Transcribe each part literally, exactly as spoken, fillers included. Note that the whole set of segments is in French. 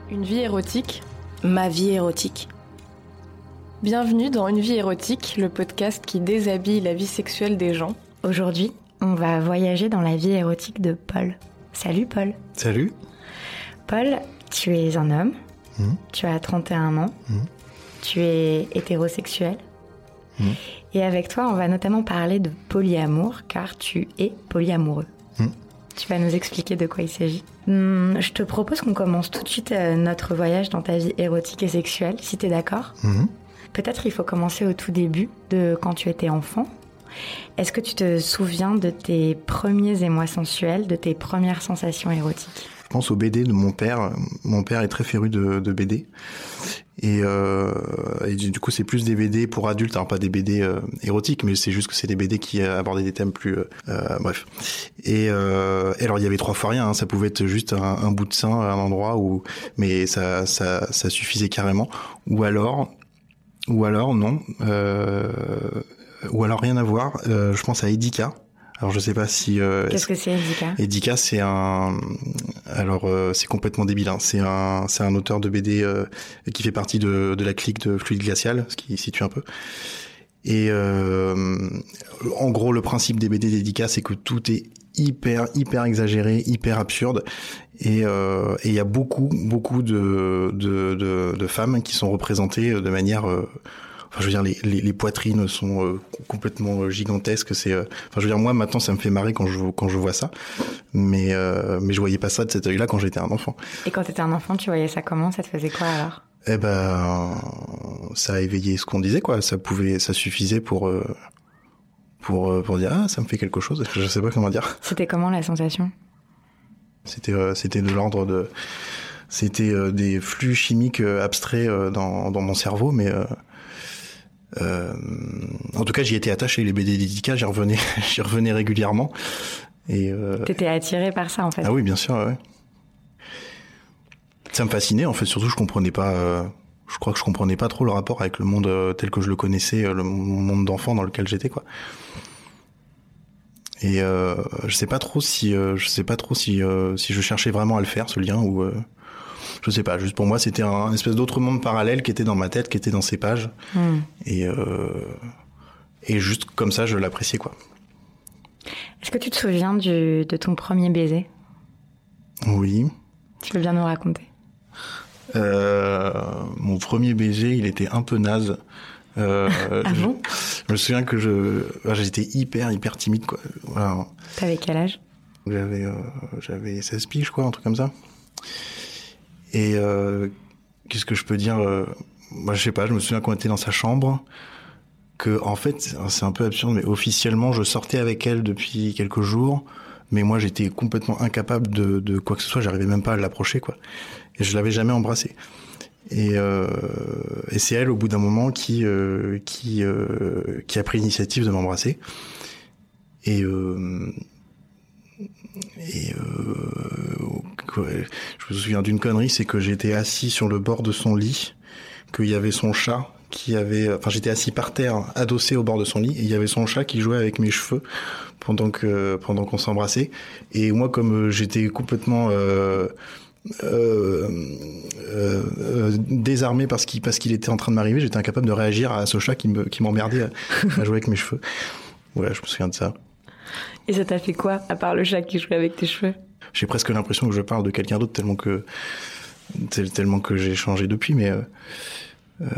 Une vie érotique. Ma vie érotique. Bienvenue dans Une vie érotique, le podcast qui déshabille la vie sexuelle des gens. Aujourd'hui, on va voyager dans la vie érotique de Paul. Salut Paul. Salut. Paul, tu es un homme, mmh. tu as trente et un ans, mmh. tu es hétérosexuel. Mmh. Et avec toi, on va notamment parler de polyamour, car tu es polyamoureux. Mmh. Tu vas nous expliquer de quoi il s'agit. Hum, je te propose qu'on commence tout de suite euh, notre voyage dans ta vie érotique et sexuelle, si t'es d'accord. Mmh. Peut-être il faut commencer au tout début, de quand tu étais enfant. Est-ce que tu te souviens de tes premiers émois sensuels, de tes premières sensations érotiques ? Je pense aux B D de mon père. Mon père est très féru de, de B D. Et, euh, et du coup, c'est plus des B D pour adultes, alors pas des B D euh, érotiques, mais c'est juste que c'est des B D qui abordaient des thèmes plus... Euh, bref. Et, euh, et alors, il y avait trois fois rien. Hein, ça pouvait être juste un, un bout de sein à un endroit où... Mais ça, ça, ça suffisait carrément. Ou alors... Ou alors, non. Euh, ou alors, rien à voir. Euh, je pense à Edika. Alors je sais pas si. Euh, Qu'est-ce que c'est Edika ? Edika, c'est un. Alors euh, c'est complètement débile. Hein. C'est un, c'est un auteur de B D euh, qui fait partie de, de la clique de Fluide Glacial, ce qui situe un peu. Et euh, en gros, le principe des B D d'Edika, c'est que tout est hyper, hyper exagéré, hyper absurde. Et il euh, y a beaucoup, beaucoup de, de, de, de femmes qui sont représentées de manière. Euh, Enfin, je veux dire, les, les, les poitrines sont euh, complètement gigantesques. C'est, euh... enfin, je veux dire, moi maintenant, ça me fait marrer quand je quand je vois ça, mais euh, mais je voyais pas ça de cet œil-là quand j'étais un enfant. Et quand t'étais un enfant, tu voyais ça comment ? Ça te faisait quoi alors ? Eh ben, ça a éveillé ce qu'on disait, quoi. Ça pouvait, ça suffisait pour euh, pour euh, pour dire ah, ça me fait quelque chose. Je sais pas comment dire. C'était comment la sensation ? C'était euh, c'était de l'ordre de, c'était euh, des flux chimiques euh, abstraits euh, dans dans mon cerveau, mais euh, Euh, en tout cas, j'y étais attaché. Les B D d'Edika, j'y revenais, j'y revenais régulièrement. Et euh... t'étais attiré par ça, en fait. Ah oui, bien sûr. Ouais. Ça me fascinait. En fait, surtout, je comprenais pas. Euh... Je crois que je comprenais pas trop le rapport avec le monde euh, tel que je le connaissais, euh, le monde d'enfant dans lequel j'étais, quoi. Et euh, je sais pas trop si, euh, je sais pas trop si, euh, si je cherchais vraiment à le faire, ce lien, ou. Euh... Je sais pas, juste pour moi, c'était un espèce d'autre monde parallèle qui était dans ma tête, qui était dans ces pages. Mm. Et, euh, et juste comme ça, je l'appréciais, quoi. Est-ce que tu te souviens du, de ton premier baiser ? Oui. Tu veux bien nous raconter ? euh, Mon premier baiser, il était un peu naze. Euh, ah je, bon ? Je me souviens que je, j'étais hyper, hyper timide, quoi. Voilà. T'avais quel âge ? J'avais, euh, j'avais seize piges, quoi, un truc comme ça. Et euh, qu'est-ce que je peux dire euh, moi, je sais pas, je me souviens qu'on était dans sa chambre, que en fait, c'est un peu absurde, mais officiellement, je sortais avec elle depuis quelques jours, mais moi, j'étais complètement incapable de, de quoi que ce soit, j'arrivais même pas à l'approcher, quoi. Et je l'avais jamais embrassée. Et, euh, et c'est elle, au bout d'un moment, qui euh, qui euh, qui a pris l'initiative de m'embrasser. Et euh, Et euh, ouais, je me souviens d'une connerie, c'est que j'étais assis sur le bord de son lit, qu'il y avait son chat qui avait, enfin j'étais assis par terre, adossé au bord de son lit, et il y avait son chat qui jouait avec mes cheveux pendant que pendant qu'on s'embrassait. Et moi, comme j'étais complètement euh, euh, euh, euh, désarmé parce qu'il parce qu'il était en train de m'arriver, j'étais incapable de réagir à ce chat qui me qui m'emmerdait à, à jouer avec mes cheveux. Voilà, je me souviens de ça. Et ça t'a fait quoi, à part le chat qui jouait avec tes cheveux ? J'ai presque l'impression que je parle de quelqu'un d'autre tellement que tellement que j'ai changé depuis, mais euh, euh,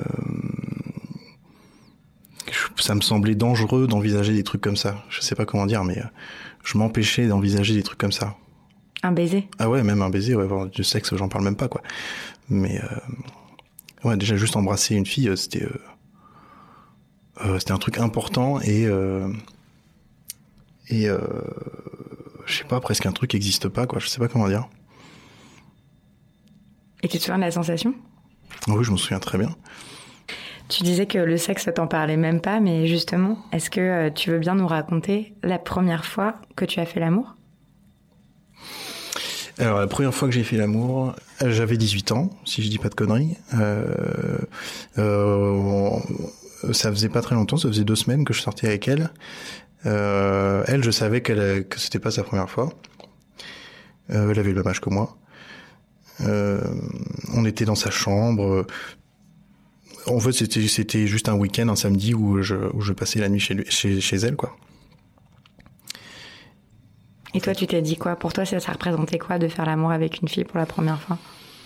ça me semblait dangereux d'envisager des trucs comme ça. Je sais pas comment dire, mais je m'empêchais d'envisager des trucs comme ça. Un baiser ? Ah ouais, même un baiser, ouais, du sexe, j'en parle même pas, quoi. Mais euh, ouais, déjà juste embrasser une fille, c'était euh, euh, c'était un truc important et euh, et euh, je sais pas, presque un truc qui n'existe pas, quoi. Je sais pas comment dire. Et tu te souviens de la sensation ? Oui, je me souviens très bien. Tu disais que le sexe, t'en parlait même pas, mais justement, est-ce que tu veux bien nous raconter la première fois que tu as fait l'amour ? Alors, la première fois que j'ai fait l'amour, j'avais dix-huit ans, si je dis pas de conneries. Euh, euh, ça faisait pas très longtemps, ça faisait deux semaines que je sortais avec elle. Euh, elle, je savais qu'elle, que c'était pas sa première fois. Euh, elle avait le même âge que moi. Euh, on était dans sa chambre. En fait, c'était, c'était juste un week-end, un samedi où je, où je passais la nuit chez, lui, chez, chez elle, quoi. Et toi, tu t'es dit quoi? Pour toi, ça, ça représentait quoi de faire l'amour avec une fille pour la première fois?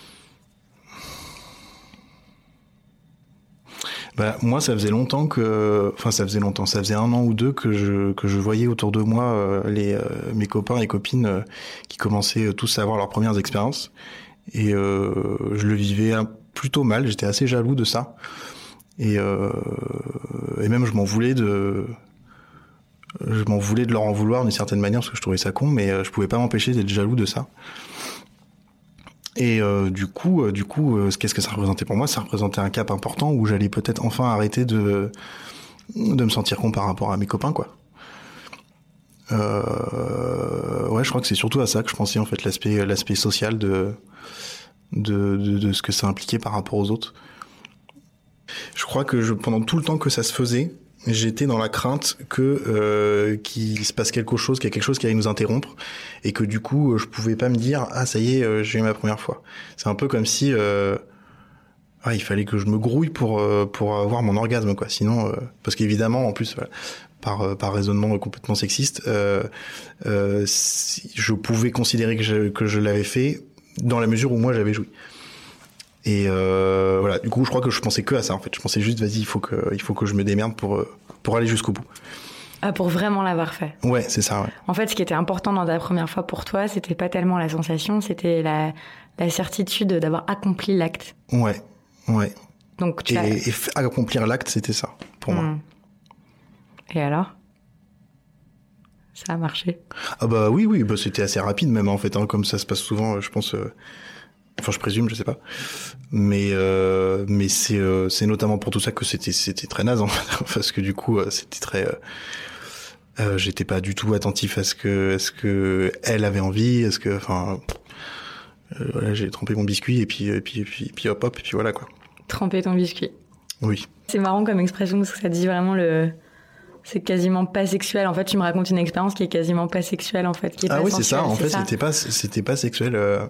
Bah, moi, ça faisait longtemps que, enfin, ça faisait longtemps, ça faisait un an ou deux que je que je voyais autour de moi euh, les euh, mes copains et copines euh, qui commençaient euh, tous à avoir leurs premières expériences, et euh, je le vivais un, plutôt mal. J'étais assez jaloux de ça, et euh, et même je m'en voulais de je m'en voulais de leur en vouloir d'une certaine manière parce que je trouvais ça con, mais euh, je pouvais pas m'empêcher d'être jaloux de ça. Et euh, du coup, euh, du coup, euh, qu'est-ce que ça représentait pour moi? Ça représentait un cap important où j'allais peut-être enfin arrêter de de me sentir con par rapport à mes copains, quoi. Euh, ouais, je crois que c'est surtout à ça que je pensais, en fait, l'aspect l'aspect social de de, de de ce que ça impliquait par rapport aux autres. Je crois que je, pendant tout le temps que ça se faisait, j'étais dans la crainte que euh, qu'il se passe quelque chose, qu'il y a quelque chose qui allait nous interrompre, et que du coup je pouvais pas me dire ah ça y est euh, j'ai eu ma première fois. C'est un peu comme si euh, ah, il fallait que je me grouille pour euh, pour avoir mon orgasme, quoi. Sinon euh, parce qu'évidemment en plus voilà, par euh, par raisonnement complètement sexiste, euh, euh, si je pouvais considérer que je que je l'avais fait dans la mesure où moi j'avais joui. Et euh, voilà, du coup, je crois que je pensais que à ça, en fait. Je pensais juste, vas-y, il faut que, il faut que je me démerde pour, pour aller jusqu'au bout. Ah, pour vraiment l'avoir fait. Ouais, c'est ça, ouais. En fait, ce qui était important dans ta première fois pour toi, c'était pas tellement la sensation, c'était la, la certitude d'avoir accompli l'acte. Ouais, ouais. Donc, tu et, as... et f- accomplir l'acte, c'était ça, pour mmh. moi. Et alors? Ça a marché? Ah bah oui, oui, bah c'était assez rapide même, en fait, hein, comme ça se passe souvent, je pense... Euh... Enfin, je présume, je sais pas, mais euh, mais c'est euh, c'est notamment pour tout ça que c'était c'était très naze, en fait, parce que du coup euh, c'était très euh, euh, j'étais pas du tout attentif à ce que à ce que elle avait envie, à ce que enfin euh, voilà, j'ai trempé mon biscuit et puis et puis et puis, et puis hop hop et puis voilà, quoi. Tremper ton biscuit. Oui. C'est marrant comme expression parce que ça dit vraiment le c'est quasiment pas sexuel. En fait, tu me racontes une expérience qui est quasiment pas sexuelle, en fait, qui est ah pas oui, sensuelle, c'est ça. En c'est fait, ça. c'était pas c'était pas sexuel. Euh...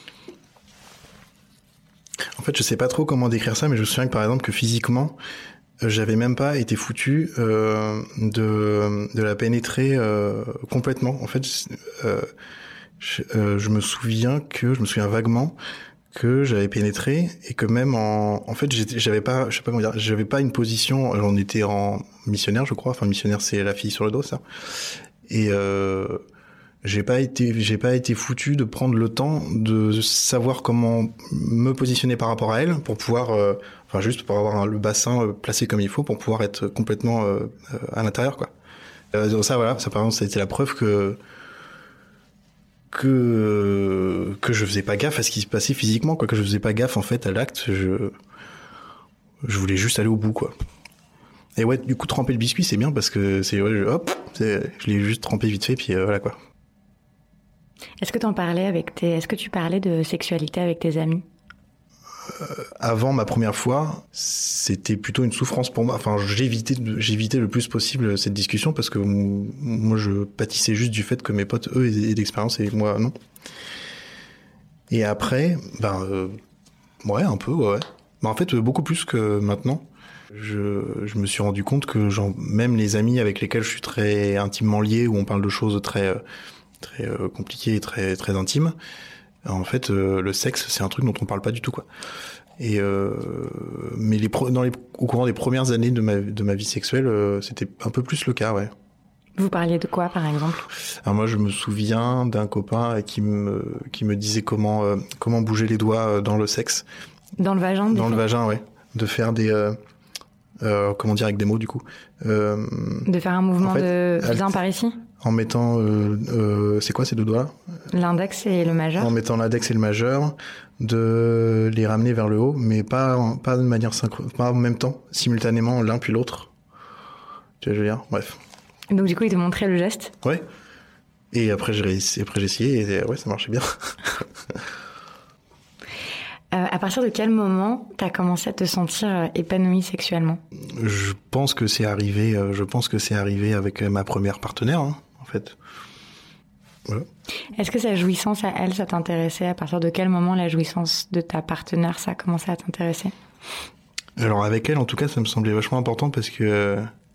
En fait, je sais pas trop comment décrire ça, mais je me souviens que par exemple que physiquement, euh, j'avais même pas été foutu euh, de de la pénétrer euh, complètement. En fait, euh, je, euh, je me souviens que je me souviens vaguement que j'avais pénétré et que même en en fait, j'étais, j'avais pas, je sais pas comment dire, j'avais pas une position. On était en missionnaire, je crois. Enfin, missionnaire, c'est la fille sur le dos, ça. Et euh, j'ai pas été j'ai pas été foutu de prendre le temps de savoir comment me positionner par rapport à elle pour pouvoir euh, enfin juste pour avoir un, le bassin euh, placé comme il faut pour pouvoir être complètement euh, euh, à l'intérieur, quoi. Euh, donc ça voilà, ça par exemple ça a été la preuve que que que je faisais pas gaffe à ce qui se passait physiquement, quoi, que je faisais pas gaffe en fait à l'acte, je je voulais juste aller au bout, quoi. Et ouais, du coup tremper le biscuit c'est bien parce que c'est ouais, hop, c'est, je l'ai juste trempé vite fait puis euh, voilà, quoi. Est-ce que t'en parlais avec tes... Est-ce que tu parlais de sexualité avec tes amis? euh, Avant ma première fois, c'était plutôt une souffrance pour moi. Enfin, j'évitais, j'évitais le plus possible cette discussion parce que moi, je pâtissais juste du fait que mes potes, eux, aient d'expérience et moi, non. Et après, ben, euh, ouais, un peu, ouais. Ben, en fait, beaucoup plus que maintenant. Je, je me suis rendu compte que, genre, même les amis avec lesquels je suis très intimement lié, où on parle de choses très... Euh, très euh, compliqué et très très intime. En fait, euh, le sexe, c'est un truc dont on parle pas du tout, quoi. Et euh, mais les pro- dans les au courant des premières années de ma de ma vie sexuelle, euh, c'était un peu plus le cas, ouais. Vous parliez de quoi, par exemple? Alors moi, je me souviens d'un copain qui me qui me disait comment euh, comment bouger les doigts dans le sexe. Dans le vagin. Dans le vagin, ouais. De faire des euh, euh, comment dire avec des mots, du coup. Euh, de faire un mouvement en fait, de elle... bien par ici. En mettant, euh, euh, c'est quoi ces deux doigts? L'index et le majeur. En mettant l'index et le majeur, de les ramener vers le haut, mais pas pas de manière synchrone, pas en même temps, simultanément l'un puis l'autre. Tu vois, je veux dire, bref. Donc du coup, il te montrait le geste. Ouais. Et après j'ai réussi, après j'ai essayé et ouais, ça marchait bien. Euh, à partir de quel moment t'as commencé à te sentir épanoui sexuellement? Je pense que c'est arrivé, euh, je pense que c'est arrivé avec ma première partenaire, hein, en fait. Voilà. Est-ce que sa jouissance à elle, ça t'intéressait? À partir de quel moment la jouissance de ta partenaire, ça a commencé à t'intéresser? Alors avec elle, en tout cas, ça me semblait vachement important parce que...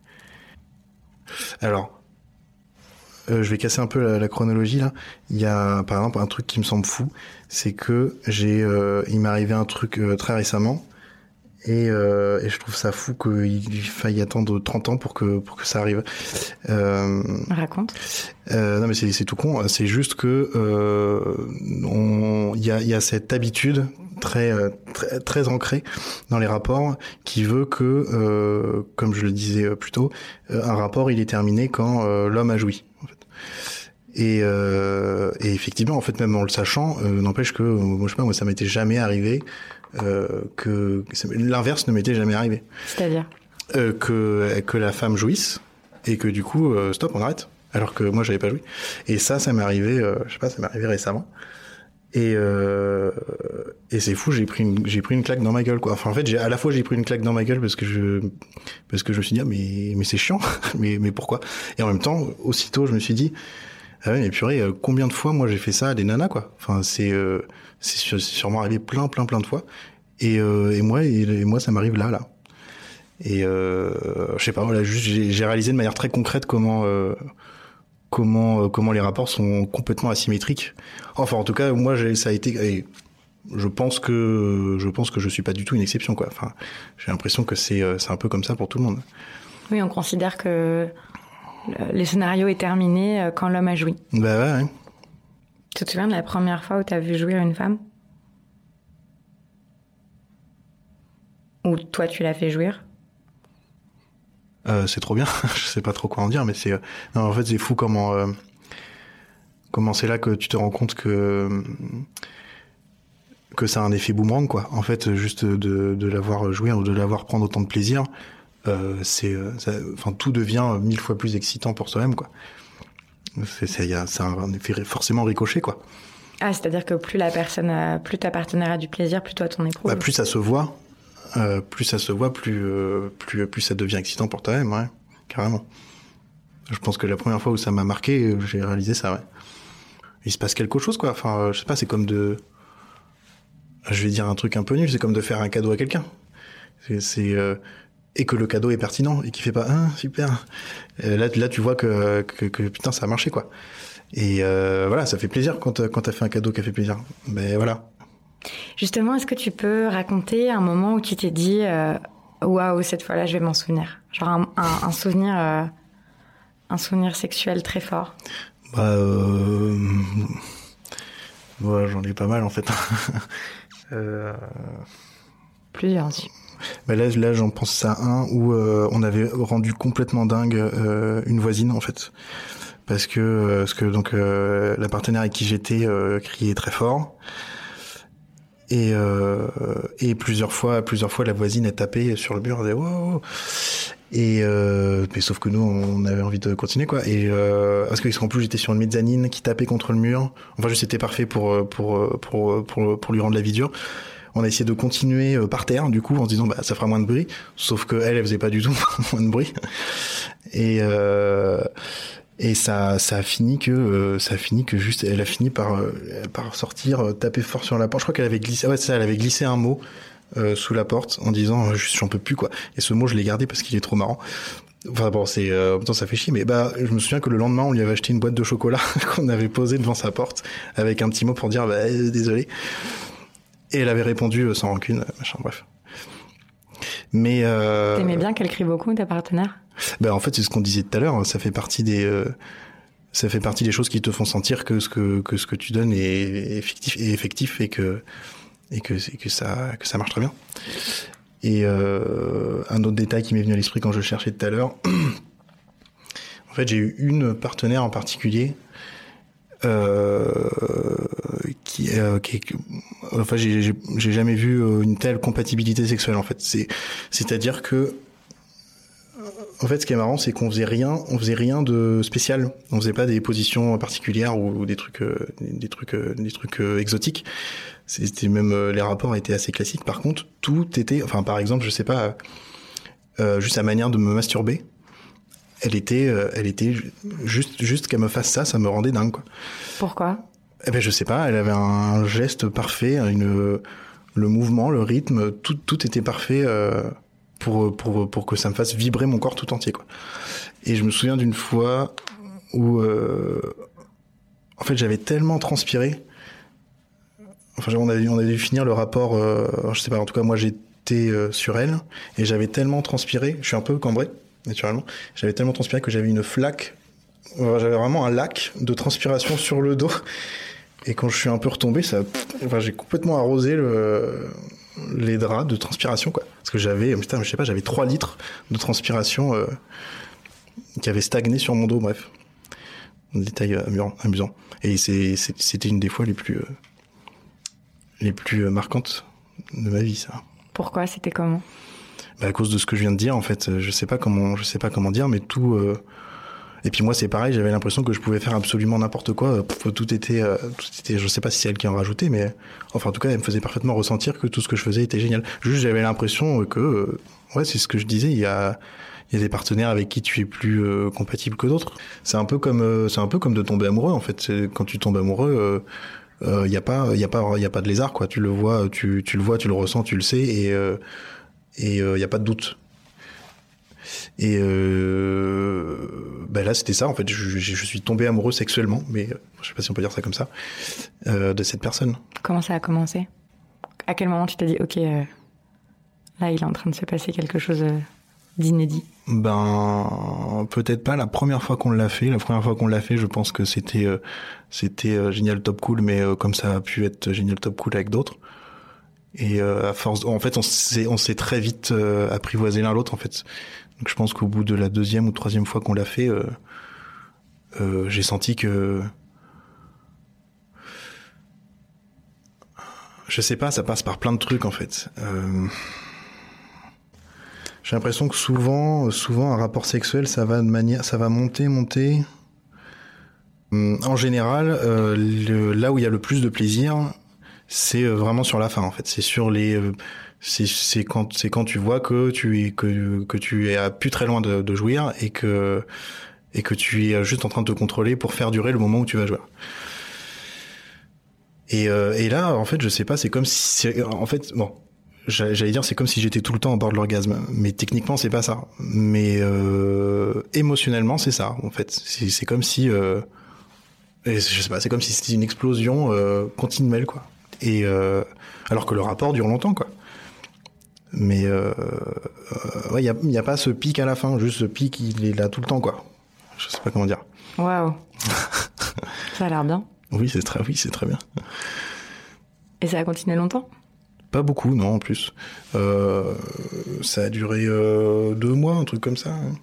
Alors, euh, je vais casser un peu la, la chronologie là. Il y a par exemple un truc qui me semble fou, c'est que j'ai, euh, il m'est arrivé un truc euh, très récemment et, euh, et je trouve ça fou qu'il faille attendre trente ans pour que pour que ça arrive. Euh, Raconte. Euh, non mais c'est c'est tout con. C'est juste que euh, on, il y a il y a cette habitude très très très ancrée dans les rapports qui veut que, euh, comme je le disais plus tôt, un rapport il est terminé quand euh, l'homme a joui. En fait. Et, euh, et effectivement, en fait, même en le sachant, euh, n'empêche que, moi, je sais pas, moi, ça m'était jamais arrivé euh, que l'inverse ne m'était jamais arrivé. C'est-à-dire euh, que que la femme jouisse et que du coup, euh, stop, on arrête. Alors que moi, j'avais pas joui. Et ça, ça m'est arrivé, euh, je sais pas, ça m'est arrivé récemment. Et euh, et c'est fou, j'ai pris une j'ai pris une claque dans ma gueule, quoi. Enfin, en fait, j'ai à la fois j'ai pris une claque dans ma gueule parce que je parce que je me suis dit ah, mais mais c'est chiant, mais mais pourquoi? Et en même temps, aussitôt, je me suis dit ah ouais, mais purée, combien de fois moi j'ai fait ça à des nanas, quoi. Enfin, c'est euh, c'est, c'est sûrement arrivé plein plein plein de fois. Et euh, et moi et, et moi ça m'arrive là là. Et euh, je sais pas, voilà, juste j'ai, j'ai réalisé de manière très concrète comment euh, comment comment les rapports sont complètement asymétriques. Enfin, en tout cas, moi, j'ai, ça a été. Et je pense que je pense que je suis pas du tout une exception, quoi. Enfin, j'ai l'impression que c'est c'est un peu comme ça pour tout le monde. Oui, on considère que le scénario est terminé quand l'homme a joui. Bah ouais. ouais. Tu te souviens de la première fois où tu as vu jouir une femme? Ou toi, tu l'as fait jouir? Euh, c'est trop bien. Je sais pas trop quoi en dire, mais c'est euh... non, en fait c'est fou comment euh... comment c'est là que tu te rends compte que que ça a un effet boomerang, quoi. En fait, juste de de l'avoir jouir ou de l'avoir prendre autant de plaisir, euh, c'est ça... enfin tout devient mille fois plus excitant pour soi-même, quoi. C'est c'est il y a ça a un effet forcément ricochet, quoi. Ah, c'est-à-dire que plus la personne a... plus ta partenaire a du plaisir, plus toi t'en éprouves. Bah, plus ça se voit. Euh, plus ça se voit, plus, euh, plus, plus ça devient excitant pour toi-même, ouais, carrément. Je pense que la première fois où ça m'a marqué, j'ai réalisé ça, ouais. Il se passe quelque chose, quoi. Enfin, je sais pas, c'est comme de... Je vais dire un truc un peu nul, c'est comme de faire un cadeau à quelqu'un. C'est... c'est euh... Et que le cadeau est pertinent, et qu'il fait pas « Ah, super !» Là, là, tu vois que, que, que putain, ça a marché, quoi. Et euh, voilà, ça fait plaisir quand, quand t'as fait un cadeau qui a fait plaisir. Mais voilà. Justement, est-ce que tu peux raconter un moment où tu t'es dit euh, waouh, cette fois-là, je vais m'en souvenir, genre un, un, un souvenir, euh, un souvenir sexuel très fort? Bah, euh... ouais, j'en ai pas mal en fait. euh... Plusieurs. Si. Bah là, là, j'en pense à un où euh, on avait rendu complètement dingue euh, une voisine en fait, parce que euh, parce que donc euh, la partenaire avec qui j'étais euh, criait très fort. Et, euh, et plusieurs fois, plusieurs fois, la voisine a tapé sur le mur, elle disait wow. Et euh, mais sauf que nous, on avait envie de continuer, quoi. Et euh, parce qu'en plus, j'étais sur une mezzanine qui tapait contre le mur. Enfin, juste c'était parfait pour pour pour pour pour lui rendre la vie dure. On a essayé de continuer par terre, du coup, en se disant bah ça fera moins de bruit. Sauf que elle, elle faisait pas du tout moins de bruit. Et euh, Et ça, ça a fini que, euh, ça a fini que juste, elle a fini par, euh, par sortir, euh, taper fort sur la porte. Je crois qu'elle avait glissé, ouais, c'est ça, elle avait glissé un mot euh, sous la porte en disant, euh, j'en peux plus, quoi. Et ce mot, je l'ai gardé parce qu'il est trop marrant. Enfin bon, c'est, euh, en même temps, ça fait chier, mais bah, je me souviens que le lendemain, on lui avait acheté une boîte de chocolat qu'on avait posée devant sa porte avec un petit mot pour dire, bah, euh, désolé. Et elle avait répondu euh, sans rancune, machin, bref. Mais euh... T'aimais bien qu'elle crie beaucoup, ta partenaire? Ben en fait c'est ce qu'on disait tout à l'heure, ça fait partie des euh, ça fait partie des choses qui te font sentir que ce que que ce que tu donnes est effectif et effectif et que et que et que ça que ça marche très bien. Et euh, un autre détail qui m'est venu à l'esprit quand je cherchais tout à l'heure, en fait j'ai eu une partenaire en particulier euh, qui, euh, qui enfin j'ai, j'ai j'ai jamais vu une telle compatibilité sexuelle en fait. C'est c'est-à-dire que en fait, ce qui est marrant, c'est qu'on faisait rien, on faisait rien de spécial. On faisait pas des positions particulières ou, ou des trucs, euh, des trucs, euh, des trucs euh, exotiques. C'était même euh, les rapports étaient assez classiques. Par contre, tout était, enfin, par exemple, je sais pas, euh, juste la manière de me masturber. elle était, euh, elle était juste, juste qu'elle me fasse ça, ça me rendait dingue, quoi. Pourquoi ? Eh ben, je sais pas, elle avait un geste parfait, une, le mouvement, le rythme, tout, tout était parfait, euh, pour, pour, pour que ça me fasse vibrer mon corps tout entier, quoi. Et je me souviens d'une fois où, euh, en fait, j'avais tellement transpiré. Enfin, on a dû, on a dû finir le rapport, euh, je sais pas, en tout cas, moi, j'étais euh, sur elle, et j'avais tellement transpiré, je suis un peu cambré, naturellement, j'avais tellement transpiré que j'avais une flaque, euh, j'avais vraiment un lac de transpiration sur le dos, et quand je suis un peu retombé, ça, enfin, j'ai complètement arrosé le, les draps de transpiration, quoi. Parce que j'avais, putain, je sais pas, j'avais trois litres de transpiration, euh, qui avait stagné sur mon dos, bref. Un détail amusant. amusant. Et c'est, c'est, c'était une des fois les plus, euh, les plus marquantes de ma vie, ça. Pourquoi ? C'était comment ? Bah, à cause de ce que je viens de dire, en fait. Je sais pas comment, je sais pas comment dire, mais tout, euh... et puis moi, c'est pareil, j'avais l'impression que je pouvais faire absolument n'importe quoi. Tout était, euh, tout était, je sais pas si c'est elle qui en rajoutait, mais, enfin, en tout cas, elle me faisait parfaitement ressentir que tout ce que je faisais était génial. Juste, j'avais l'impression que, euh, ouais, c'est ce que je disais, il y a, il y a des partenaires avec qui tu es plus euh, compatible que d'autres. C'est un peu comme, euh, c'est un peu comme de tomber amoureux, en fait. C'est, quand tu tombes amoureux, il euh, euh, y a pas, il y a pas, il y a pas de lézard, quoi. Tu le vois, tu, tu le vois, tu le ressens, tu le sais, et euh, et il euh, y a pas de doute. Et euh, ben là, c'était ça, en fait. Je, je, je suis tombé amoureux sexuellement, mais euh, je sais pas si on peut dire ça comme ça, euh, de cette personne. Comment ça a commencé ? À quel moment tu t'es dit, ok, euh, là, il est en train de se passer quelque chose euh, d'inédit ? Ben, peut-être pas la première fois qu'on l'a fait. La première fois qu'on l'a fait, je pense que c'était euh, c'était euh, génial, top cool, mais euh, comme ça a pu être génial, top cool avec d'autres. Et euh, à force, en fait, on s'est on s'est très vite euh, apprivoisé l'un l'autre, en fait. Donc je pense qu'au bout de la deuxième ou troisième fois qu'on l'a fait, euh, euh, j'ai senti que, je sais pas, ça passe par plein de trucs, en fait. Euh... J'ai l'impression que souvent, souvent, un rapport sexuel, ça va de manière, ça va monter, monter. En général, euh, le, là où il y a le plus de plaisir, c'est vraiment sur la fin, en fait. C'est sur les, euh, c'est, c'est quand, c'est quand tu vois que tu es, que, que tu es à plus très loin de, de jouir et que, et que tu es juste en train de te contrôler pour faire durer le moment où tu vas jouer. Et, euh, et là, en fait, je sais pas, c'est comme si, c'est, en fait, bon. J'allais dire, c'est comme si j'étais tout le temps au bord de l'orgasme, mais techniquement c'est pas ça. Mais euh, émotionnellement c'est ça, en fait. C'est, c'est comme si, euh, et je sais pas, c'est comme si c'était une explosion euh, continuelle, quoi. Et euh, alors que le rapport dure longtemps, quoi. Mais euh, euh, ouais, il y a, y a pas ce pic à la fin, juste ce pic, il est là tout le temps, quoi. Je sais pas comment dire. Waouh. Ça a l'air bien. Oui, c'est très, oui, c'est très bien. Et ça a continué longtemps ? Pas beaucoup, non, en plus. Euh, ça a duré euh, deux mois, un truc comme ça. Hein.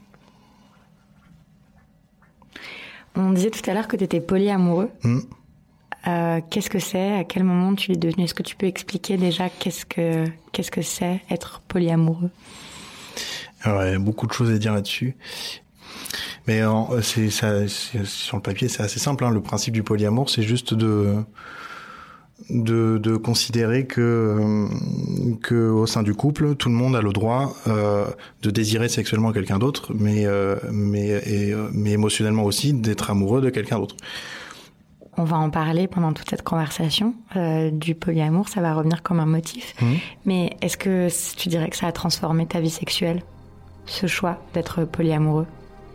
On disait tout à l'heure que tu étais polyamoureux. Mmh. Euh, qu'est-ce que c'est ? À quel moment tu l'es devenu ? Est-ce que tu peux expliquer déjà qu'est-ce que, qu'est-ce que c'est être polyamoureux ? Alors, il y a beaucoup de choses à dire là-dessus. Mais euh, c'est, ça, c'est, sur le papier, c'est assez simple. Hein. Le principe du polyamour, c'est juste de... De, de considérer que, que au sein du couple, tout le monde a le droit euh, de désirer sexuellement quelqu'un d'autre, mais, euh, mais, et, mais émotionnellement aussi d'être amoureux de quelqu'un d'autre. On va en parler pendant toute cette conversation euh, du polyamour, ça va revenir comme un motif. Mmh. Mais est-ce que tu dirais que ça a transformé ta vie sexuelle, ce choix d'être polyamoureux ?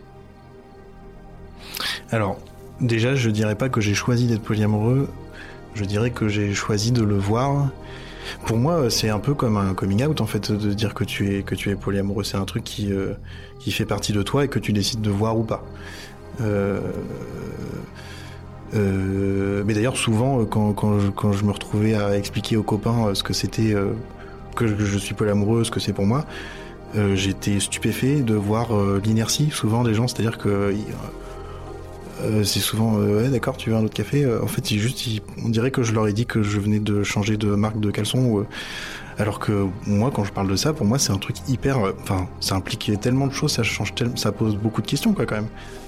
Alors, déjà, je dirais pas que j'ai choisi d'être polyamoureux. Je dirais que j'ai choisi de le voir. Pour moi, c'est un peu comme un coming out, en fait, de dire que tu es, que tu es polyamoureux. C'est un truc qui, euh, qui fait partie de toi et que tu décides de voir ou pas. Euh, euh, mais d'ailleurs, souvent, quand, quand, je, quand je me retrouvais à expliquer aux copains ce que c'était, euh, que je suis polyamoureux, ce que c'est pour moi, euh, j'étais stupéfait de voir euh, l'inertie, souvent, des gens. C'est-à-dire que... Euh, Euh, c'est souvent euh, ouais d'accord, tu veux un autre café, euh, en fait il juste il, on dirait que je leur ai dit que je venais de changer de marque de caleçon, ou, euh, alors que moi quand je parle de ça, pour moi c'est un truc hyper, enfin euh, ça implique tellement de choses, ça change tel, ça pose beaucoup de questions, quoi, quand même.